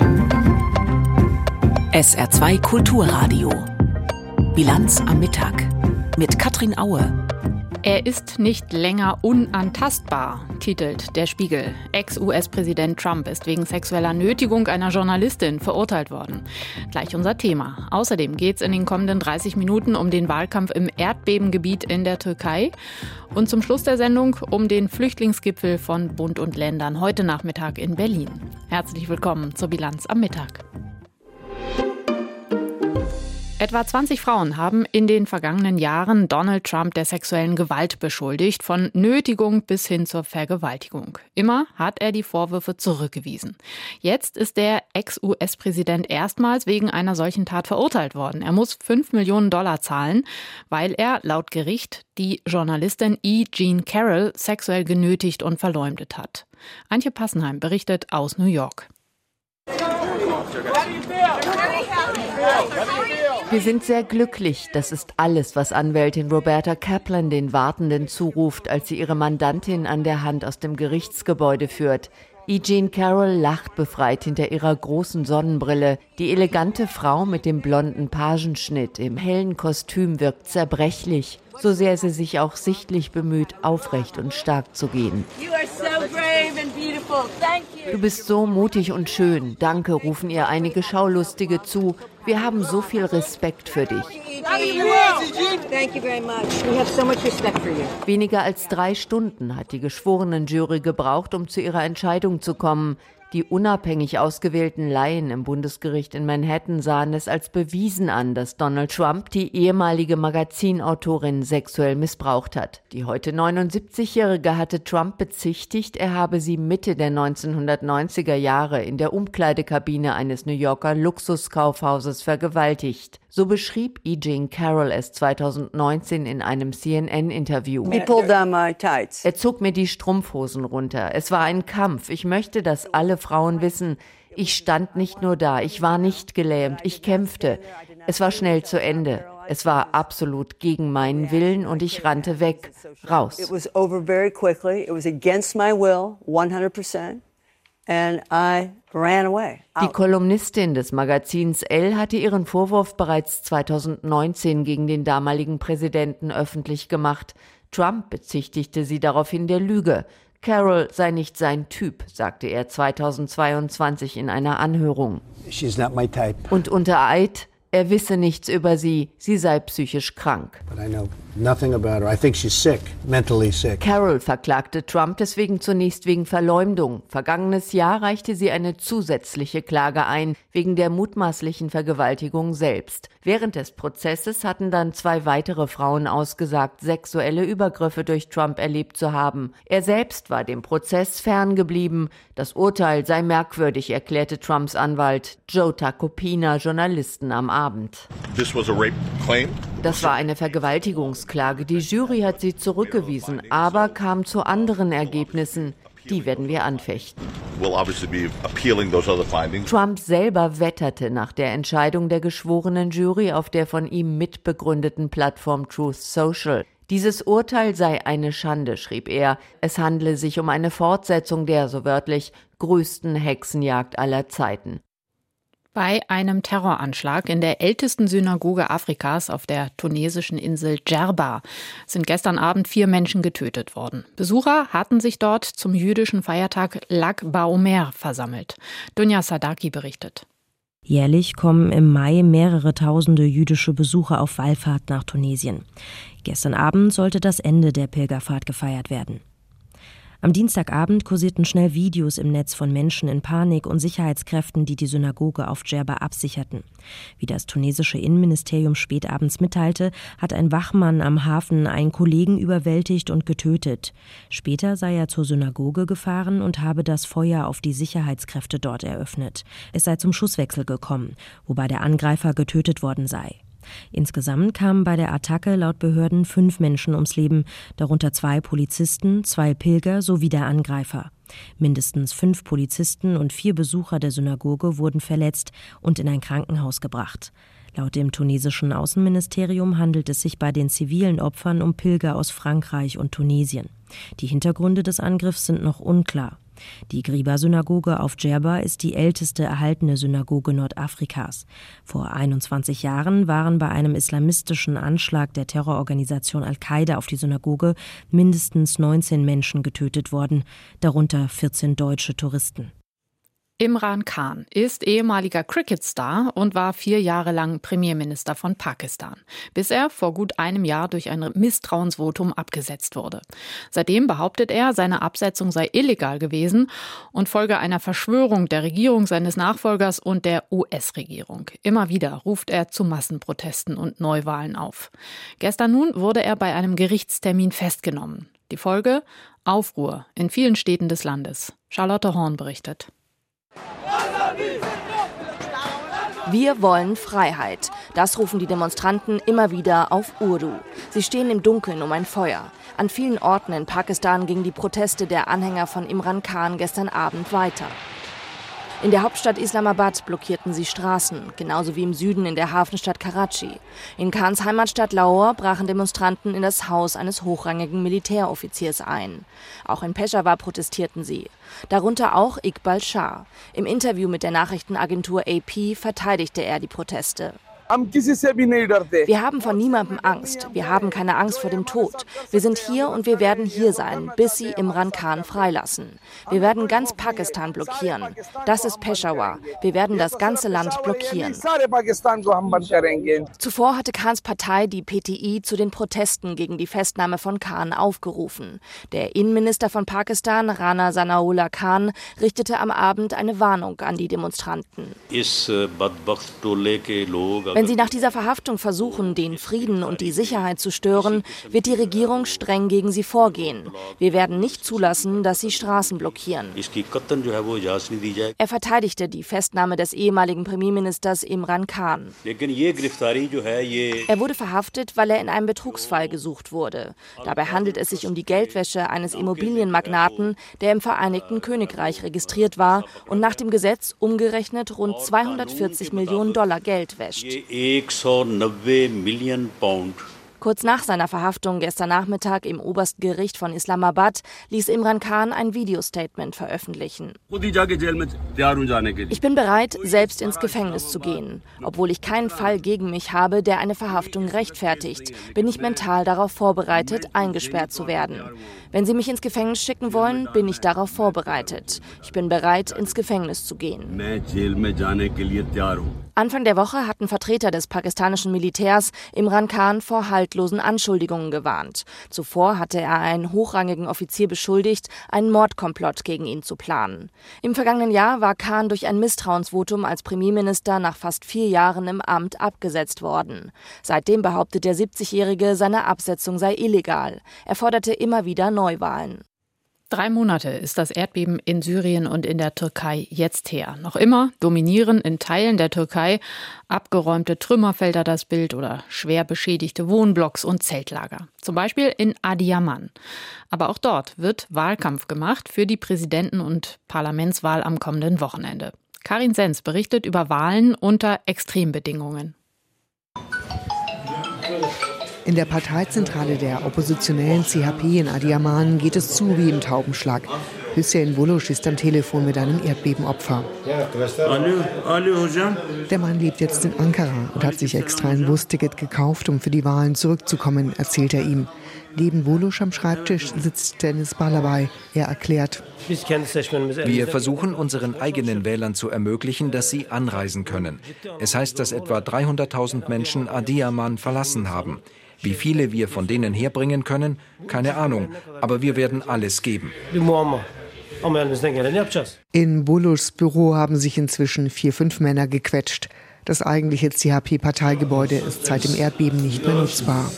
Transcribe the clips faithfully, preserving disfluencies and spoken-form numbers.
S R zwei Kulturradio. Bilanz am Mittag mit Katrin Aue. Er ist nicht länger unantastbar, titelt der Spiegel. Ex-U S-Präsident Trump ist wegen sexueller Nötigung einer Journalistin verurteilt worden. Gleich unser Thema. Außerdem geht es in den kommenden dreißig Minuten um den Wahlkampf im Erdbebengebiet in der Türkei. Und zum Schluss der Sendung um den Flüchtlingsgipfel von Bund und Ländern heute Nachmittag in Berlin. Herzlich willkommen zur Bilanz am Mittag. Etwa zwanzig Frauen haben in den vergangenen Jahren Donald Trump der sexuellen Gewalt beschuldigt, von Nötigung bis hin zur Vergewaltigung. Immer hat er die Vorwürfe zurückgewiesen. Jetzt ist der Ex-U S-Präsident erstmals wegen einer solchen Tat verurteilt worden. Er muss fünf Millionen Dollar zahlen, weil er laut Gericht die Journalistin E. Jean Carroll sexuell genötigt und verleumdet hat. Antje Passenheim berichtet aus New York. Wir sind sehr glücklich. Das ist alles, was Anwältin Roberta Kaplan den Wartenden zuruft, als sie ihre Mandantin an der Hand aus dem Gerichtsgebäude führt. E. Jean Carroll lacht befreit hinter ihrer großen Sonnenbrille. Die elegante Frau mit dem blonden Pagenschnitt im hellen Kostüm wirkt zerbrechlich, so sehr sie sich auch sichtlich bemüht, aufrecht und stark zu gehen. Du bist so mutig und schön. Danke, rufen ihr einige Schaulustige zu. Wir haben so viel Respekt für dich. Weniger als drei Stunden hat die Geschworenenjury gebraucht, um zu ihrer Entscheidung zu kommen. Die unabhängig ausgewählten Laien im Bundesgericht in Manhattan sahen es als bewiesen an, dass Donald Trump die ehemalige Magazinautorin sexuell missbraucht hat. Die heute neunundsiebzigjährige hatte Trump bezichtigt, er habe sie Mitte der neunzehnhundertneunziger Jahre in der Umkleidekabine eines New Yorker Luxuskaufhauses vergewaltigt. So beschrieb E. Jean Carroll es zweitausendneunzehn in einem C N N-Interview. Er zog mir die Strumpfhosen runter. Es war ein Kampf. Ich möchte, dass alle Frauen wissen, ich stand nicht nur da, ich war nicht gelähmt, ich kämpfte. Es war schnell zu Ende. Es war absolut gegen meinen Willen und ich rannte weg, raus. It was over very quickly. It was against my will, hundert Prozent. And I ran away. Die Kolumnistin des Magazins Elle hatte ihren Vorwurf bereits zweitausendneunzehn gegen den damaligen Präsidenten öffentlich gemacht. Trump bezichtigte sie daraufhin der Lüge. Carroll sei nicht sein Typ, sagte er zweitausendzweiundzwanzig in einer Anhörung. She's not my type. Und unter Eid, er wisse nichts über sie, sie sei psychisch krank. But I know nothing about her. I think she's sick, mentally sick. Carroll verklagte Trump deswegen zunächst wegen Verleumdung. Vergangenes Jahr reichte sie eine zusätzliche Klage ein, wegen der mutmaßlichen Vergewaltigung selbst. Während des Prozesses hatten dann zwei weitere Frauen ausgesagt, sexuelle Übergriffe durch Trump erlebt zu haben. Er selbst war dem Prozess ferngeblieben. Das Urteil sei merkwürdig, erklärte Trumps Anwalt Joe Tacopina Journalisten am Abend. This was a rape claim. Das war eine Vergewaltigungsklage. Die Jury hat sie zurückgewiesen, aber kam zu anderen Ergebnissen. Die werden wir anfechten. Trump selber wetterte nach der Entscheidung der geschworenen Jury auf der von ihm mitbegründeten Plattform Truth Social. Dieses Urteil sei eine Schande, schrieb er. Es handle sich um eine Fortsetzung der, so wörtlich, größten Hexenjagd aller Zeiten. Bei einem Terroranschlag in der ältesten Synagoge Afrikas auf der tunesischen Insel Djerba sind gestern Abend vier Menschen getötet worden. Besucher hatten sich dort zum jüdischen Feiertag Lag BaOmer versammelt. Dunja Sadaki berichtet. Jährlich kommen im Mai mehrere tausende jüdische Besucher auf Wallfahrt nach Tunesien. Gestern Abend sollte das Ende der Pilgerfahrt gefeiert werden. Am Dienstagabend kursierten schnell Videos im Netz von Menschen in Panik und Sicherheitskräften, die die Synagoge auf Djerba absicherten. Wie das tunesische Innenministerium spätabends mitteilte, hat ein Wachmann am Hafen einen Kollegen überwältigt und getötet. Später sei er zur Synagoge gefahren und habe das Feuer auf die Sicherheitskräfte dort eröffnet. Es sei zum Schusswechsel gekommen, wobei der Angreifer getötet worden sei. Insgesamt kamen bei der Attacke laut Behörden fünf Menschen ums Leben, darunter zwei Polizisten, zwei Pilger sowie der Angreifer. Mindestens fünf Polizisten und vier Besucher der Synagoge wurden verletzt und in ein Krankenhaus gebracht. Laut dem tunesischen Außenministerium handelt es sich bei den zivilen Opfern um Pilger aus Frankreich und Tunesien. Die Hintergründe des Angriffs sind noch unklar. Die Griba-Synagoge auf Djerba ist die älteste erhaltene Synagoge Nordafrikas. Vor einundzwanzig Jahren waren bei einem islamistischen Anschlag der Terrororganisation Al-Qaida auf die Synagoge mindestens neunzehn Menschen getötet worden, darunter vierzehn deutsche Touristen. Imran Khan ist ehemaliger Cricket-Star und war vier Jahre lang Premierminister von Pakistan, bis er vor gut einem Jahr durch ein Misstrauensvotum abgesetzt wurde. Seitdem behauptet er, seine Absetzung sei illegal gewesen und Folge einer Verschwörung der Regierung seines Nachfolgers und der U S-Regierung. Immer wieder ruft er zu Massenprotesten und Neuwahlen auf. Gestern nun wurde er bei einem Gerichtstermin festgenommen. Die Folge? Aufruhr in vielen Städten des Landes. Charlotte Horn berichtet. Wir wollen Freiheit. Das rufen die Demonstranten immer wieder auf Urdu. Sie stehen im Dunkeln um ein Feuer. An vielen Orten in Pakistan gingen die Proteste der Anhänger von Imran Khan gestern Abend weiter. In der Hauptstadt Islamabad blockierten sie Straßen, genauso wie im Süden in der Hafenstadt Karachi. In Khans Heimatstadt Lahore brachen Demonstranten in das Haus eines hochrangigen Militäroffiziers ein. Auch in Peschawar protestierten sie. Darunter auch Iqbal Shah. Im Interview mit der Nachrichtenagentur A P verteidigte er die Proteste. Wir haben vor niemandem Angst. Wir haben keine Angst vor dem Tod. Wir sind hier und wir werden hier sein, bis sie Imran Khan freilassen. Wir werden ganz Pakistan blockieren. Das ist Peschawar. Wir werden das ganze Land blockieren. Zuvor hatte Khans Partei, die P T I, zu den Protesten gegen die Festnahme von Khan aufgerufen. Der Innenminister von Pakistan, Rana Sanaullah Khan, richtete am Abend eine Warnung an die Demonstranten. Wenn sie nach dieser Verhaftung versuchen, den Frieden und die Sicherheit zu stören, wird die Regierung streng gegen sie vorgehen. Wir werden nicht zulassen, dass sie Straßen blockieren. Er verteidigte die Festnahme des ehemaligen Premierministers Imran Khan. Er wurde verhaftet, weil er in einem Betrugsfall gesucht wurde. Dabei handelt es sich um die Geldwäsche eines Immobilienmagnaten, der im Vereinigten Königreich registriert war und nach dem Gesetz umgerechnet rund zweihundertvierzig Millionen Dollar Geld wäscht. Kurz nach seiner Verhaftung gestern Nachmittag im obersten Gericht von Islamabad ließ Imran Khan ein Videostatement veröffentlichen. Ich bin bereit, selbst ins Gefängnis zu gehen. Obwohl ich keinen Fall gegen mich habe, der eine Verhaftung rechtfertigt, bin ich mental darauf vorbereitet, eingesperrt zu werden. Wenn Sie mich ins Gefängnis schicken wollen, bin ich darauf vorbereitet. Ich bin bereit, ins Gefängnis zu gehen. Anfang der Woche hatten Vertreter des pakistanischen Militärs Imran Khan vor haltlosen Anschuldigungen gewarnt. Zuvor hatte er einen hochrangigen Offizier beschuldigt, einen Mordkomplott gegen ihn zu planen. Im vergangenen Jahr war Khan durch ein Misstrauensvotum als Premierminister nach fast vier Jahren im Amt abgesetzt worden. Seitdem behauptet der siebzigjährige, seine Absetzung sei illegal. Er forderte immer wieder Neuwahlen. Drei Monate ist das Erdbeben in Syrien und in der Türkei jetzt her. Noch immer dominieren in Teilen der Türkei abgeräumte Trümmerfelder das Bild oder schwer beschädigte Wohnblocks und Zeltlager. Zum Beispiel in Adıyaman. Aber auch dort wird Wahlkampf gemacht für die Präsidenten- und Parlamentswahl am kommenden Wochenende. Karin Sens berichtet über Wahlen unter Extrembedingungen. In der Parteizentrale der oppositionellen C H P in Adıyaman geht es zu wie im Taubenschlag. Hüseyin Buluş ist am Telefon mit einem Erdbebenopfer. Der Mann lebt jetzt in Ankara und hat sich extra ein Busticket gekauft, um für die Wahlen zurückzukommen, erzählt er ihm. Neben Buluş am Schreibtisch sitzt Dennis Balabay. Er erklärt: Wir versuchen unseren eigenen Wählern zu ermöglichen, dass sie anreisen können. Es heißt, dass etwa dreihunderttausend Menschen Adıyaman verlassen haben. Wie viele wir von denen herbringen können, keine Ahnung, aber wir werden alles geben. In Buluschs Büro haben sich inzwischen vier, fünf Männer gequetscht. Das eigentliche C H P-Parteigebäude ist seit dem Erdbeben nicht mehr nutzbar.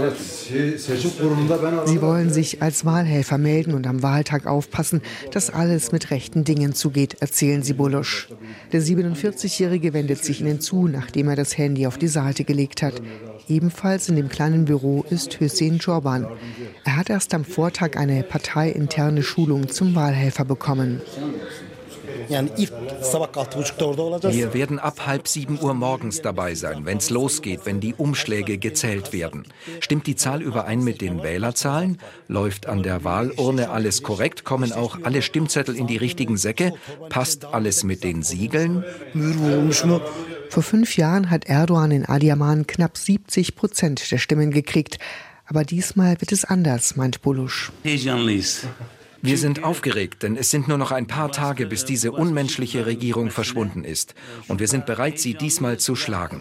Sie wollen sich als Wahlhelfer melden und am Wahltag aufpassen, dass alles mit rechten Dingen zugeht, erzählen sie Bulusch. Der siebenundvierzigjährige wendet sich ihnen zu, nachdem er das Handy auf die Seite gelegt hat. Ebenfalls in dem kleinen Büro ist Hüseyin Jorban. Er hat erst am Vortag eine parteiinterne Schulung zum Wahlhelfer bekommen. Wir werden ab halb sieben Uhr morgens dabei sein, wenn es losgeht, wenn die Umschläge gezählt werden. Stimmt die Zahl überein mit den Wählerzahlen? Läuft an der Wahlurne alles korrekt? Kommen auch alle Stimmzettel in die richtigen Säcke? Passt alles mit den Siegeln? Vor fünf Jahren hat Erdogan in Adiyaman knapp siebzig Prozent der Stimmen gekriegt. Aber diesmal wird es anders, meint Buluş. Wir sind aufgeregt, denn es sind nur noch ein paar Tage, bis diese unmenschliche Regierung verschwunden ist. Und wir sind bereit, sie diesmal zu schlagen.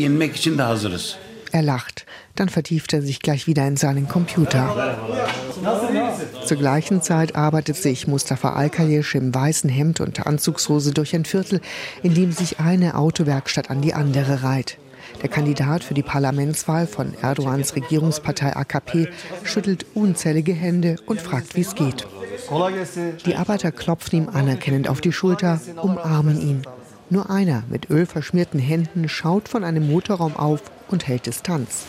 Er lacht, dann vertieft er sich gleich wieder in seinen Computer. Zur gleichen Zeit arbeitet sich Mustafa Alkayesh im weißen Hemd und Anzugshose durch ein Viertel, in dem sich eine Autowerkstatt an die andere reiht. Der Kandidat für die Parlamentswahl von Erdogans Regierungspartei A K P schüttelt unzählige Hände und fragt, wie es geht. Die Arbeiter klopfen ihm anerkennend auf die Schulter, umarmen ihn. Nur einer mit ölverschmierten Händen schaut von einem Motorraum auf und hält Distanz.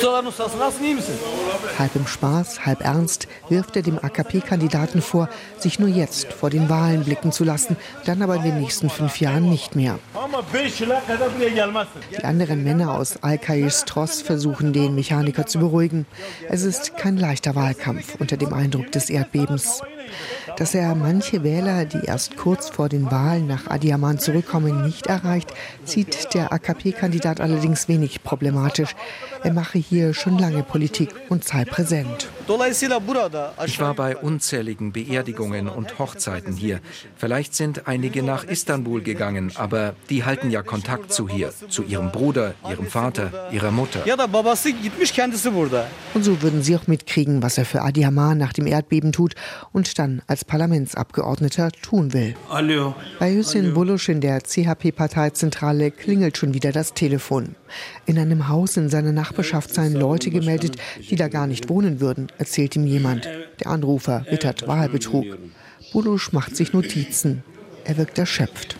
Halb im Spaß, halb ernst wirft er dem A K P-Kandidaten vor, sich nur jetzt vor den Wahlen blicken zu lassen, dann aber in den nächsten fünf Jahren nicht mehr. Die anderen Männer aus Alkayeshs Tross versuchen, den Mechaniker zu beruhigen. Es ist kein leichter Wahlkampf unter dem Eindruck des Erdbebens. Dass er manche Wähler, die erst kurz vor den Wahlen nach Adiyaman zurückkommen, nicht erreicht, sieht der A K P-Kandidat allerdings wenig problematisch. Er mache hier schon lange Politik und sei präsent. Ich war bei unzähligen Beerdigungen und Hochzeiten hier. Vielleicht sind einige nach Istanbul gegangen, aber die halten ja Kontakt zu hier, zu ihrem Bruder, ihrem Vater, ihrer Mutter. Und so würden sie auch mitkriegen, was er für Adiyaman nach dem Erdbeben tut und dann als Parlamentsabgeordneter tun will. Hallo. Bei Hüseyin Buluş in der C H P-Parteizentrale klingelt schon wieder das Telefon. In einem Haus in seiner Nachbarschaft seien Leute gemeldet, die da gar nicht wohnen würden, erzählt ihm jemand. Der Anrufer wittert Wahlbetrug. Buluş macht sich Notizen. Er wirkt erschöpft.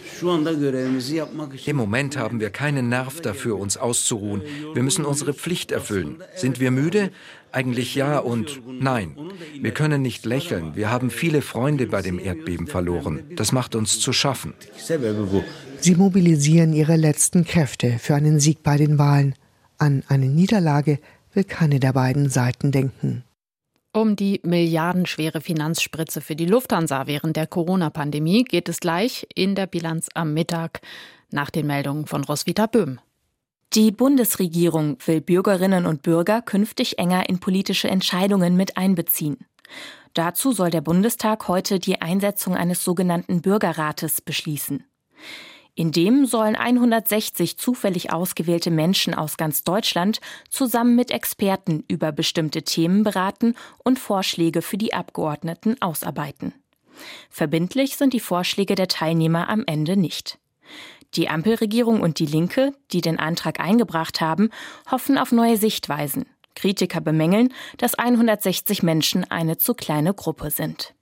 Im Moment haben wir keinen Nerv dafür, uns auszuruhen. Wir müssen unsere Pflicht erfüllen. Sind wir müde? Eigentlich ja und nein. Wir können nicht lächeln. Wir haben viele Freunde bei dem Erdbeben verloren. Das macht uns zu schaffen. Sie mobilisieren ihre letzten Kräfte für einen Sieg bei den Wahlen. An eine Niederlage will keine der beiden Seiten denken. Um die milliardenschwere Finanzspritze für die Lufthansa während der Corona-Pandemie geht es gleich in der Bilanz am Mittag nach den Meldungen von Roswitha Böhm. Die Bundesregierung will Bürgerinnen und Bürger künftig enger in politische Entscheidungen mit einbeziehen. Dazu soll der Bundestag heute die Einsetzung eines sogenannten Bürgerrates beschließen. In dem sollen hundertsechzig zufällig ausgewählte Menschen aus ganz Deutschland zusammen mit Experten über bestimmte Themen beraten und Vorschläge für die Abgeordneten ausarbeiten. Verbindlich sind die Vorschläge der Teilnehmer am Ende nicht. Die Ampelregierung und die Linke, die den Antrag eingebracht haben, hoffen auf neue Sichtweisen. Kritiker bemängeln, dass hundertsechzig Menschen eine zu kleine Gruppe sind.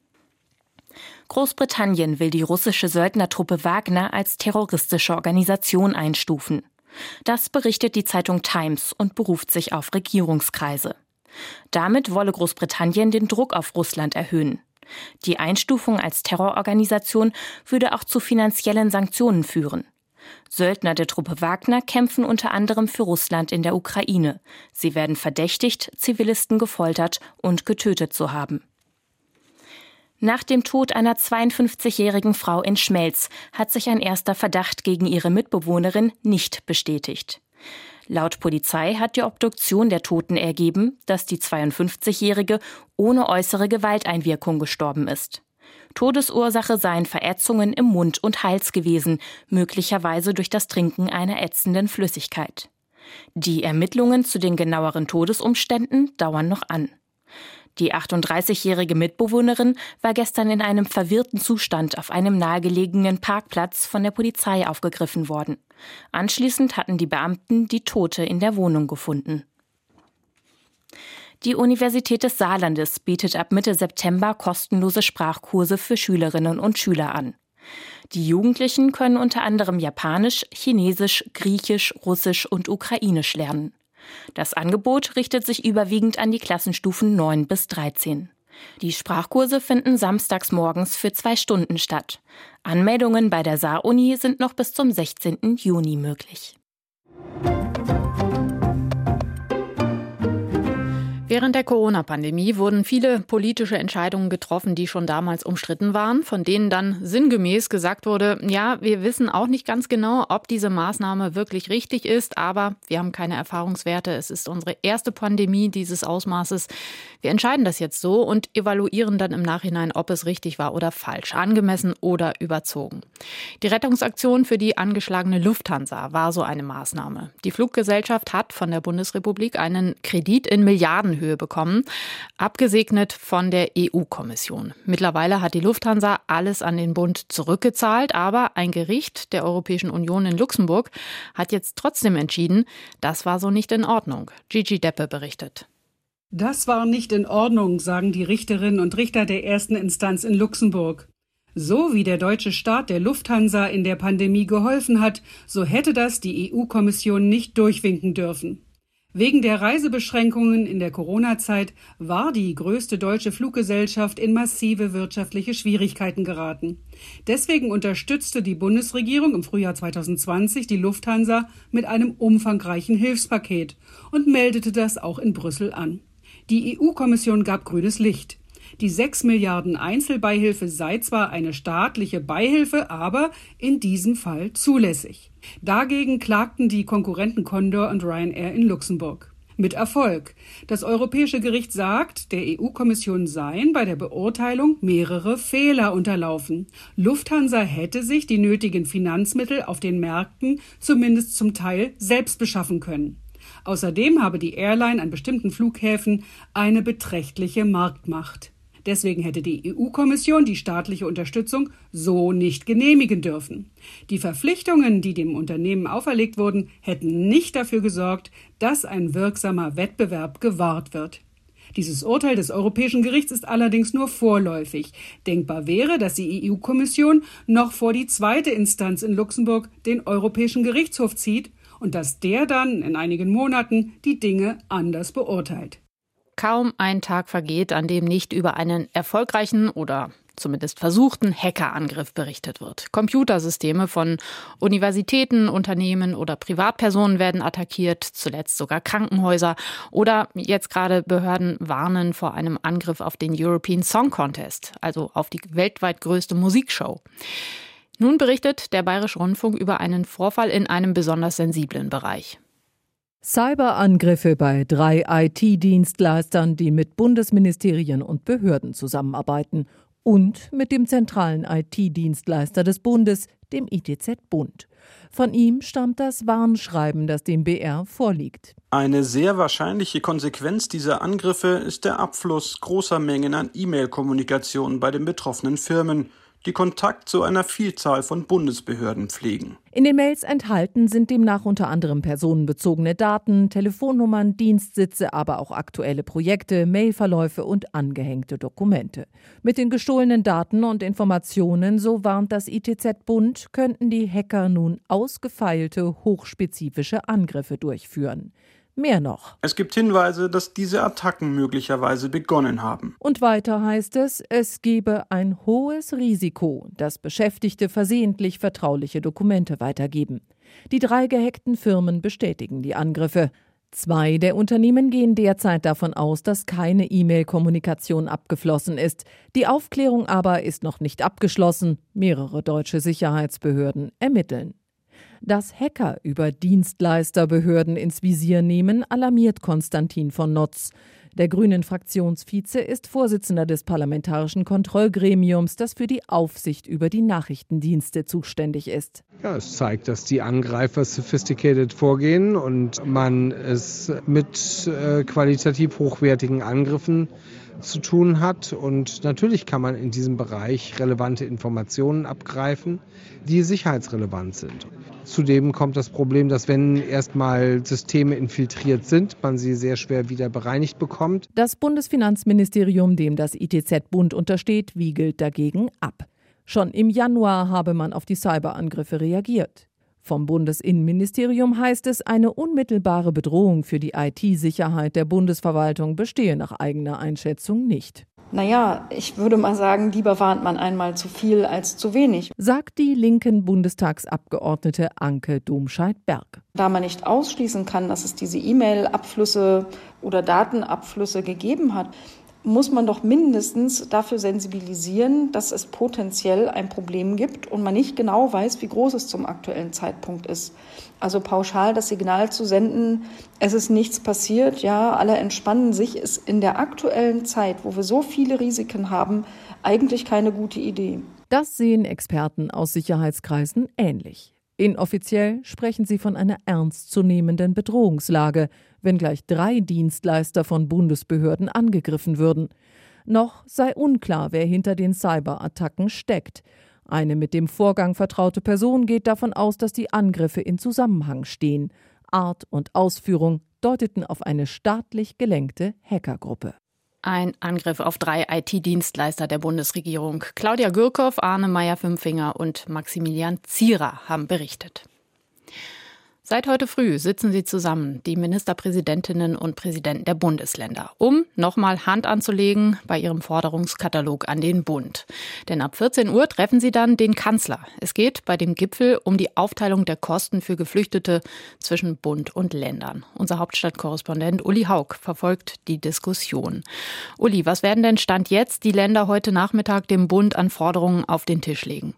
Großbritannien will die russische Söldnertruppe Wagner als terroristische Organisation einstufen. Das berichtet die Zeitung Times und beruft sich auf Regierungskreise. Damit wolle Großbritannien den Druck auf Russland erhöhen. Die Einstufung als Terrororganisation würde auch zu finanziellen Sanktionen führen. Söldner der Truppe Wagner kämpfen unter anderem für Russland in der Ukraine. Sie werden verdächtigt, Zivilisten gefoltert und getötet zu haben. Nach dem Tod einer zweiundfünfzigjährigen Frau in Schmelz hat sich ein erster Verdacht gegen ihre Mitbewohnerin nicht bestätigt. Laut Polizei hat die Obduktion der Toten ergeben, dass die zweiundfünfzigjährige ohne äußere Gewalteinwirkung gestorben ist. Todesursache seien Verätzungen im Mund und Hals gewesen, möglicherweise durch das Trinken einer ätzenden Flüssigkeit. Die Ermittlungen zu den genaueren Todesumständen dauern noch an. Die achtunddreißigjährige Mitbewohnerin war gestern in einem verwirrten Zustand auf einem nahegelegenen Parkplatz von der Polizei aufgegriffen worden. Anschließend hatten die Beamten die Tote in der Wohnung gefunden. Die Universität des Saarlandes bietet ab Mitte September kostenlose Sprachkurse für Schülerinnen und Schüler an. Die Jugendlichen können unter anderem Japanisch, Chinesisch, Griechisch, Russisch und Ukrainisch lernen. Das Angebot richtet sich überwiegend an die Klassenstufen neun bis dreizehn. Die Sprachkurse finden samstags morgens für zwei Stunden statt. Anmeldungen bei der Saar-Uni sind noch bis zum sechzehnten Juni möglich. Während der Corona-Pandemie wurden viele politische Entscheidungen getroffen, die schon damals umstritten waren, von denen dann sinngemäß gesagt wurde, ja, wir wissen auch nicht ganz genau, ob diese Maßnahme wirklich richtig ist, aber wir haben keine Erfahrungswerte. Es ist unsere erste Pandemie dieses Ausmaßes. Wir entscheiden das jetzt so und evaluieren dann im Nachhinein, ob es richtig war oder falsch, angemessen oder überzogen. Die Rettungsaktion für die angeschlagene Lufthansa war so eine Maßnahme. Die Fluggesellschaft hat von der Bundesrepublik einen Kredit in Milliardenhöhe bekommen, abgesegnet von der E U-Kommission. Mittlerweile hat die Lufthansa alles an den Bund zurückgezahlt, aber ein Gericht der Europäischen Union in Luxemburg hat jetzt trotzdem entschieden, das war so nicht in Ordnung. Gigi Deppe berichtet. Das war nicht in Ordnung, sagen die Richterinnen und Richter der ersten Instanz in Luxemburg. So wie der deutsche Staat der Lufthansa in der Pandemie geholfen hat, so hätte das die E U-Kommission nicht durchwinken dürfen. Wegen der Reisebeschränkungen in der Corona-Zeit war die größte deutsche Fluggesellschaft in massive wirtschaftliche Schwierigkeiten geraten. Deswegen unterstützte die Bundesregierung im Frühjahr zwanzig zwanzig die Lufthansa mit einem umfangreichen Hilfspaket und meldete das auch in Brüssel an. Die E U-Kommission gab grünes Licht. Die sechs Milliarden Einzelbeihilfe sei zwar eine staatliche Beihilfe, aber in diesem Fall zulässig. Dagegen klagten die Konkurrenten Condor und Ryanair in Luxemburg. Mit Erfolg. Das Europäische Gericht sagt, der E U-Kommission seien bei der Beurteilung mehrere Fehler unterlaufen. Lufthansa hätte sich die nötigen Finanzmittel auf den Märkten zumindest zum Teil selbst beschaffen können. Außerdem habe die Airline an bestimmten Flughäfen eine beträchtliche Marktmacht. Deswegen hätte die E U-Kommission die staatliche Unterstützung so nicht genehmigen dürfen. Die Verpflichtungen, die dem Unternehmen auferlegt wurden, hätten nicht dafür gesorgt, dass ein wirksamer Wettbewerb gewahrt wird. Dieses Urteil des Europäischen Gerichts ist allerdings nur vorläufig. Denkbar wäre, dass die E U-Kommission noch vor die zweite Instanz in Luxemburg, den Europäischen Gerichtshof, zieht und dass der dann in einigen Monaten die Dinge anders beurteilt. Kaum ein Tag vergeht, an dem nicht über einen erfolgreichen oder zumindest versuchten Hackerangriff berichtet wird. Computersysteme von Universitäten, Unternehmen oder Privatpersonen werden attackiert, zuletzt sogar Krankenhäuser oder jetzt gerade Behörden warnen vor einem Angriff auf den European Song Contest, also auf die weltweit größte Musikshow. Nun berichtet der Bayerische Rundfunk über einen Vorfall in einem besonders sensiblen Bereich. Cyberangriffe bei drei I T-Dienstleistern, die mit Bundesministerien und Behörden zusammenarbeiten und mit dem zentralen I T-Dienstleister des Bundes, dem I T Z-Bund. Von ihm stammt das Warnschreiben, das dem B R vorliegt. Eine sehr wahrscheinliche Konsequenz dieser Angriffe ist der Abfluss großer Mengen an E-Mail-Kommunikation bei den betroffenen Firmen, die Kontakt zu einer Vielzahl von Bundesbehörden pflegen. In den Mails enthalten sind demnach unter anderem personenbezogene Daten, Telefonnummern, Dienstsitze, aber auch aktuelle Projekte, Mailverläufe und angehängte Dokumente. Mit den gestohlenen Daten und Informationen, so warnt das I T Z-Bund, könnten die Hacker nun ausgefeilte, hochspezifische Angriffe durchführen. Mehr noch. Es gibt Hinweise, dass diese Attacken möglicherweise begonnen haben. Und weiter heißt es, es gebe ein hohes Risiko, dass Beschäftigte versehentlich vertrauliche Dokumente weitergeben. Die drei gehackten Firmen bestätigen die Angriffe. Zwei der Unternehmen gehen derzeit davon aus, dass keine E-Mail-Kommunikation abgeflossen ist. Die Aufklärung aber ist noch nicht abgeschlossen. Mehrere deutsche Sicherheitsbehörden ermitteln. Dass Hacker über Dienstleisterbehörden ins Visier nehmen, alarmiert Konstantin von Notz. Der Grünen-Fraktionsvize ist Vorsitzender des Parlamentarischen Kontrollgremiums, das für die Aufsicht über die Nachrichtendienste zuständig ist. Ja, es zeigt, dass die Angreifer sophisticated vorgehen und man es mit äh, qualitativ hochwertigen Angriffen zu tun hat. Und natürlich kann man in diesem Bereich relevante Informationen abgreifen, die sicherheitsrelevant sind. Zudem kommt das Problem, dass wenn erstmal Systeme infiltriert sind, man sie sehr schwer wieder bereinigt bekommt. Das Bundesfinanzministerium, dem das I T Z-Bund untersteht, wiegelt dagegen ab. Schon im Januar habe man auf die Cyberangriffe reagiert. Vom Bundesinnenministerium heißt es, eine unmittelbare Bedrohung für die I T-Sicherheit der Bundesverwaltung bestehe nach eigener Einschätzung nicht. Naja, ich würde mal sagen, lieber warnt man einmal zu viel als zu wenig. Sagt die linken Bundestagsabgeordnete Anke Domscheit-Berg. Da man nicht ausschließen kann, dass es diese E-Mail-Abflüsse oder Datenabflüsse gegeben hat, muss man doch mindestens dafür sensibilisieren, dass es potenziell ein Problem gibt und man nicht genau weiß, wie groß es zum aktuellen Zeitpunkt ist. Also pauschal das Signal zu senden, es ist nichts passiert, ja, alle entspannen sich, ist in der aktuellen Zeit, wo wir so viele Risiken haben, eigentlich keine gute Idee. Das sehen Experten aus Sicherheitskreisen ähnlich. Inoffiziell sprechen sie von einer ernstzunehmenden Bedrohungslage, wenn gleich drei Dienstleister von Bundesbehörden angegriffen würden. Noch sei unklar, wer hinter den Cyberattacken steckt. Eine mit dem Vorgang vertraute Person geht davon aus, dass die Angriffe in Zusammenhang stehen. Art und Ausführung deuteten auf eine staatlich gelenkte Hackergruppe. Ein Angriff auf drei I T-Dienstleister der Bundesregierung. Claudia Gürkow, Arne Meyer-Fünfinger und Maximilian Zierer haben berichtet. Seit heute früh sitzen sie zusammen, die Ministerpräsidentinnen und Präsidenten der Bundesländer, um nochmal Hand anzulegen bei ihrem Forderungskatalog an den Bund. Denn ab vierzehn Uhr treffen sie dann den Kanzler. Es geht bei dem Gipfel um die Aufteilung der Kosten für Geflüchtete zwischen Bund und Ländern. Unser Hauptstadtkorrespondent Uli Haug verfolgt die Diskussion. Uli, was werden denn Stand jetzt die Länder heute Nachmittag dem Bund an Forderungen auf den Tisch legen?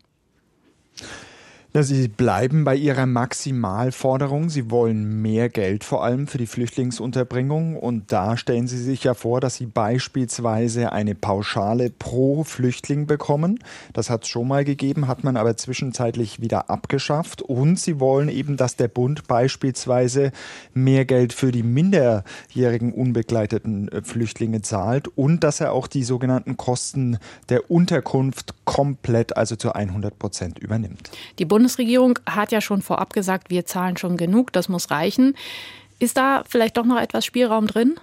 Ja, sie bleiben bei ihrer Maximalforderung. Sie wollen mehr Geld vor allem für die Flüchtlingsunterbringung. Und da stellen sie sich ja vor, dass sie beispielsweise eine Pauschale pro Flüchtling bekommen. Das hat es schon mal gegeben, hat man aber zwischenzeitlich wieder abgeschafft. Und sie wollen eben, dass der Bund beispielsweise mehr Geld für die minderjährigen unbegleiteten Flüchtlinge zahlt und dass er auch die sogenannten Kosten der Unterkunft komplett, also zu hundert Prozent übernimmt. Die Bundesregierung hat ja schon vorab gesagt, wir zahlen schon genug, das muss reichen. Ist da vielleicht doch noch etwas Spielraum drin?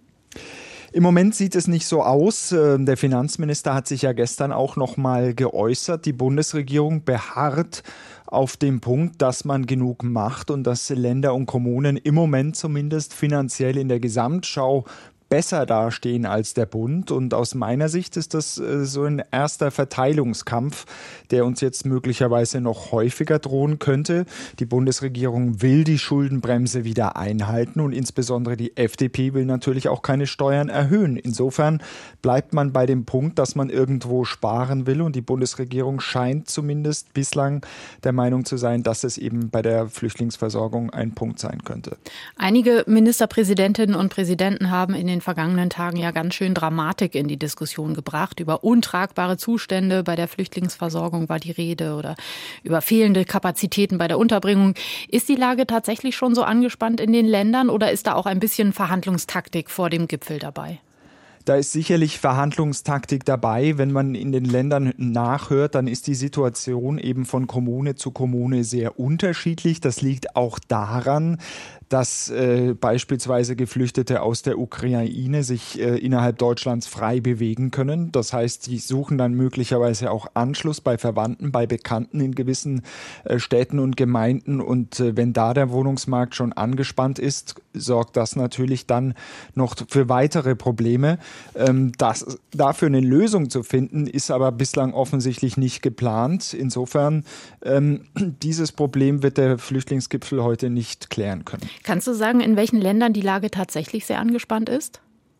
Im Moment sieht es nicht so aus. Der Finanzminister hat sich ja gestern auch noch mal geäußert. Die Bundesregierung beharrt auf dem Punkt, dass man genug macht und dass Länder und Kommunen im Moment zumindest finanziell in der Gesamtschau besser dastehen als der Bund. Und aus meiner Sicht ist das äh, so ein erster Verteilungskampf, der uns jetzt möglicherweise noch häufiger drohen könnte. Die Bundesregierung will die Schuldenbremse wieder einhalten und insbesondere die F D P will natürlich auch keine Steuern erhöhen. Insofern bleibt man bei dem Punkt, dass man irgendwo sparen will und die Bundesregierung scheint zumindest bislang der Meinung zu sein, dass es eben bei der Flüchtlingsversorgung ein Punkt sein könnte. Einige Ministerpräsidentinnen und Präsidenten haben in den vergangenen Tagen ja ganz schön Dramatik in die Diskussion gebracht. Über untragbare Zustände bei der Flüchtlingsversorgung war die Rede oder über fehlende Kapazitäten bei der Unterbringung. Ist die Lage tatsächlich schon so angespannt in den Ländern oder ist da auch ein bisschen Verhandlungstaktik vor dem Gipfel dabei? Da ist sicherlich Verhandlungstaktik dabei. Wenn man in den Ländern nachhört, dann ist die Situation eben von Kommune zu Kommune sehr unterschiedlich. Das liegt auch daran, dass äh, beispielsweise Geflüchtete aus der Ukraine sich äh, innerhalb Deutschlands frei bewegen können. Das heißt, die suchen dann möglicherweise auch Anschluss bei Verwandten, bei Bekannten in gewissen äh, Städten und Gemeinden. Und äh, wenn da der Wohnungsmarkt schon angespannt ist, sorgt das natürlich dann noch für weitere Probleme. Ähm, das, dafür eine Lösung zu finden, ist aber bislang offensichtlich nicht geplant. Insofern, ähm, dieses Problem wird der Flüchtlingsgipfel heute nicht klären können. Kannst du sagen, in welchen Ländern die Lage tatsächlich sehr angespannt ist?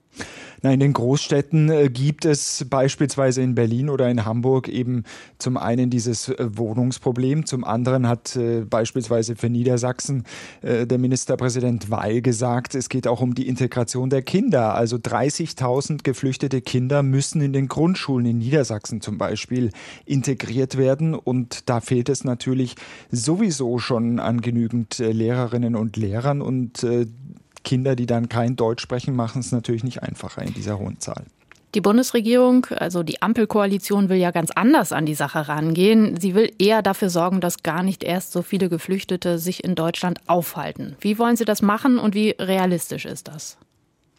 Na, in den Großstädten äh, gibt es beispielsweise in Berlin oder in Hamburg eben zum einen dieses äh, Wohnungsproblem, zum anderen hat äh, beispielsweise für Niedersachsen äh, der Ministerpräsident Weil gesagt, es geht auch um die Integration der Kinder. Also dreißigtausend geflüchtete Kinder müssen in den Grundschulen in Niedersachsen zum Beispiel integriert werden und da fehlt es natürlich sowieso schon an genügend äh, Lehrerinnen und Lehrern und äh, Kinder, die dann kein Deutsch sprechen, machen es natürlich nicht einfacher in dieser hohen Zahl. Die Bundesregierung, also die Ampelkoalition, will ja ganz anders an die Sache rangehen. Sie will eher dafür sorgen, dass gar nicht erst so viele Geflüchtete sich in Deutschland aufhalten. Wie wollen Sie das machen und wie realistisch ist das?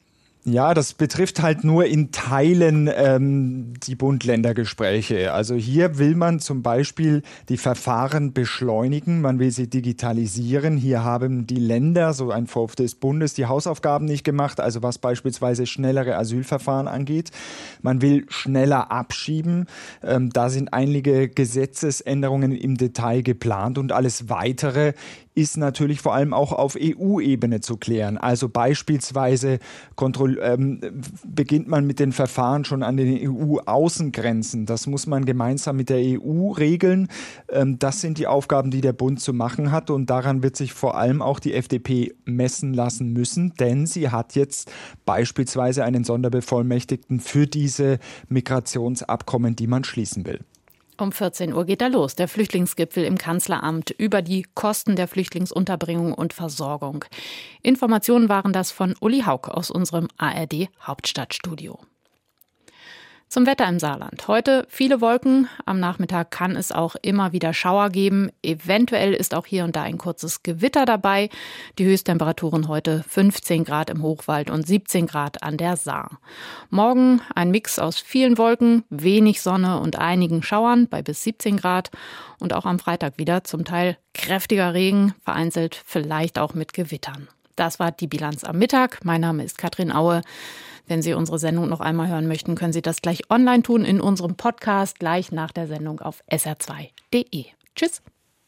Ja, das betrifft halt nur in Teilen ähm, die Bund-Länder-Gespräche. Also hier will man zum Beispiel die Verfahren beschleunigen, man will sie digitalisieren. Hier haben die Länder, so ein Vorwurf des Bundes, die Hausaufgaben nicht gemacht, also was beispielsweise schnellere Asylverfahren angeht. Man will schneller abschieben. Ähm, da sind einige Gesetzesänderungen im Detail geplant und alles Weitere ist natürlich vor allem auch auf E U-Ebene zu klären. Also beispielsweise kontroll- ähm, beginnt man mit den Verfahren schon an den E U-Außengrenzen. Das muss man gemeinsam mit der E U regeln. Ähm, das sind die Aufgaben, die der Bund zu machen hat. Und daran wird sich vor allem auch die F D P messen lassen müssen, denn sie hat jetzt beispielsweise einen Sonderbevollmächtigten für diese Migrationsabkommen, die man schließen will. Um vierzehn Uhr geht er los, der Flüchtlingsgipfel im Kanzleramt über die Kosten der Flüchtlingsunterbringung und Versorgung. Informationen waren das von Uli Haug aus unserem A R D-Hauptstadtstudio. Zum Wetter im Saarland. Heute viele Wolken. Am Nachmittag kann es auch immer wieder Schauer geben. Eventuell ist auch hier und da ein kurzes Gewitter dabei. Die Höchsttemperaturen heute fünfzehn Grad im Hochwald und siebzehn Grad an der Saar. Morgen ein Mix aus vielen Wolken, wenig Sonne und einigen Schauern bei bis siebzehn Grad. Und auch am Freitag wieder zum Teil kräftiger Regen, vereinzelt vielleicht auch mit Gewittern. Das war die Bilanz am Mittag. Mein Name ist Katrin Aue. Wenn Sie unsere Sendung noch einmal hören möchten, können Sie das gleich online tun in unserem Podcast, gleich nach der Sendung auf S R zwei Punkt de. Tschüss.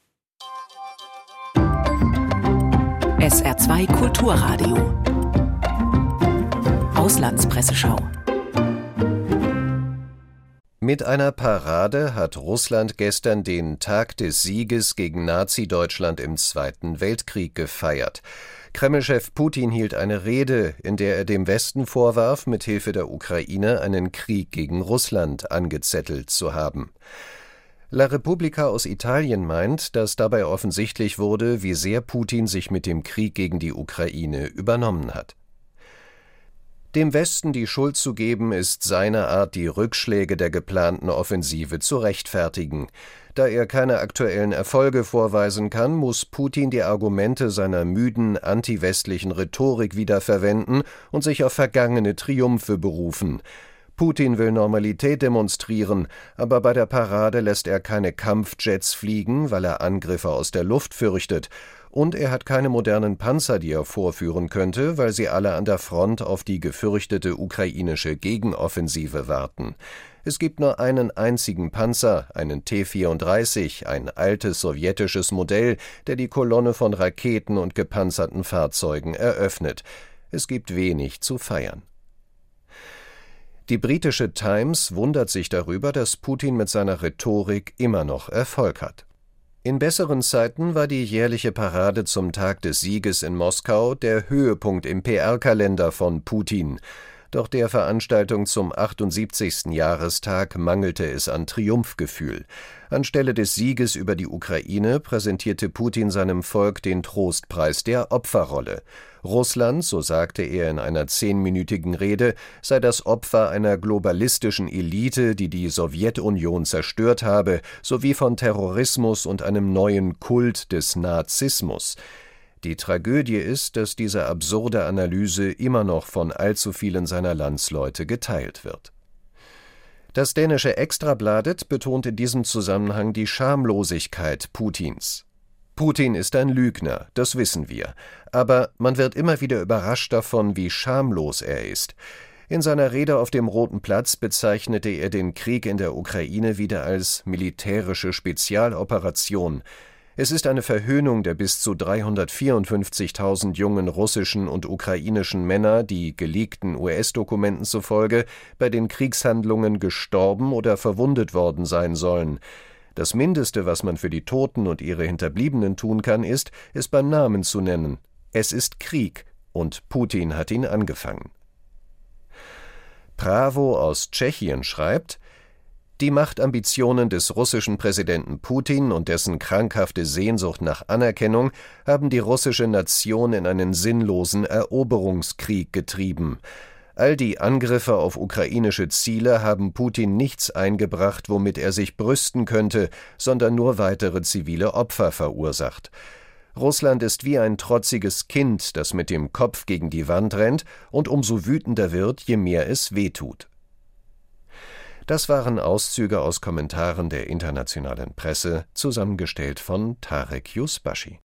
S R zwei Kulturradio. Auslandspresseschau. Mit einer Parade hat Russland gestern den Tag des Sieges gegen Nazi-Deutschland im Zweiten Weltkrieg gefeiert. Kreml-Chef Putin hielt eine Rede, in der er dem Westen vorwarf, mithilfe der Ukraine einen Krieg gegen Russland angezettelt zu haben. La Repubblica aus Italien meint, dass dabei offensichtlich wurde, wie sehr Putin sich mit dem Krieg gegen die Ukraine übernommen hat. Dem Westen die Schuld zu geben, ist seine Art, die Rückschläge der geplanten Offensive zu rechtfertigen. Da er keine aktuellen Erfolge vorweisen kann, muss Putin die Argumente seiner müden, antiwestlichen Rhetorik wiederverwenden und sich auf vergangene Triumphe berufen. Putin will Normalität demonstrieren, aber bei der Parade lässt er keine Kampfjets fliegen, weil er Angriffe aus der Luft fürchtet. Und er hat keine modernen Panzer, die er vorführen könnte, weil sie alle an der Front auf die gefürchtete ukrainische Gegenoffensive warten. Es gibt nur einen einzigen Panzer, einen T vierunddreißig, ein altes sowjetisches Modell, der die Kolonne von Raketen und gepanzerten Fahrzeugen eröffnet. Es gibt wenig zu feiern. Die britische Times wundert sich darüber, dass Putin mit seiner Rhetorik immer noch Erfolg hat. In besseren Zeiten war die jährliche Parade zum Tag des Sieges in Moskau der Höhepunkt im P R-Kalender von Putin. Doch der Veranstaltung zum achtundsiebzigsten Jahrestag mangelte es an Triumphgefühl. Anstelle des Sieges über die Ukraine präsentierte Putin seinem Volk den Trostpreis der Opferrolle. Russland, so sagte er in einer zehnminütigen Rede, sei das Opfer einer globalistischen Elite, die die Sowjetunion zerstört habe, sowie von Terrorismus und einem neuen Kult des Nazismus. Die Tragödie ist, dass diese absurde Analyse immer noch von allzu vielen seiner Landsleute geteilt wird. Das dänische Extrabladet betont in diesem Zusammenhang die Schamlosigkeit Putins. Putin ist ein Lügner, das wissen wir, aber man wird immer wieder überrascht davon, wie schamlos er ist. In seiner Rede auf dem Roten Platz bezeichnete er den Krieg in der Ukraine wieder als militärische Spezialoperation. Es ist eine Verhöhnung der bis zu dreihundertvierundfünfzigtausend jungen russischen und ukrainischen Männer, die geleakten U S-Dokumenten zufolge bei den Kriegshandlungen gestorben oder verwundet worden sein sollen. Das Mindeste, was man für die Toten und ihre Hinterbliebenen tun kann, ist, es beim Namen zu nennen. Es ist Krieg, und Putin hat ihn angefangen. Pravo aus Tschechien schreibt: Die Machtambitionen des russischen Präsidenten Putin und dessen krankhafte Sehnsucht nach Anerkennung haben die russische Nation in einen sinnlosen Eroberungskrieg getrieben. All die Angriffe auf ukrainische Ziele haben Putin nichts eingebracht, womit er sich brüsten könnte, sondern nur weitere zivile Opfer verursacht. Russland ist wie ein trotziges Kind, das mit dem Kopf gegen die Wand rennt und umso wütender wird, je mehr es wehtut. Das waren Auszüge aus Kommentaren der internationalen Presse, zusammengestellt von Tarek Yusbashi.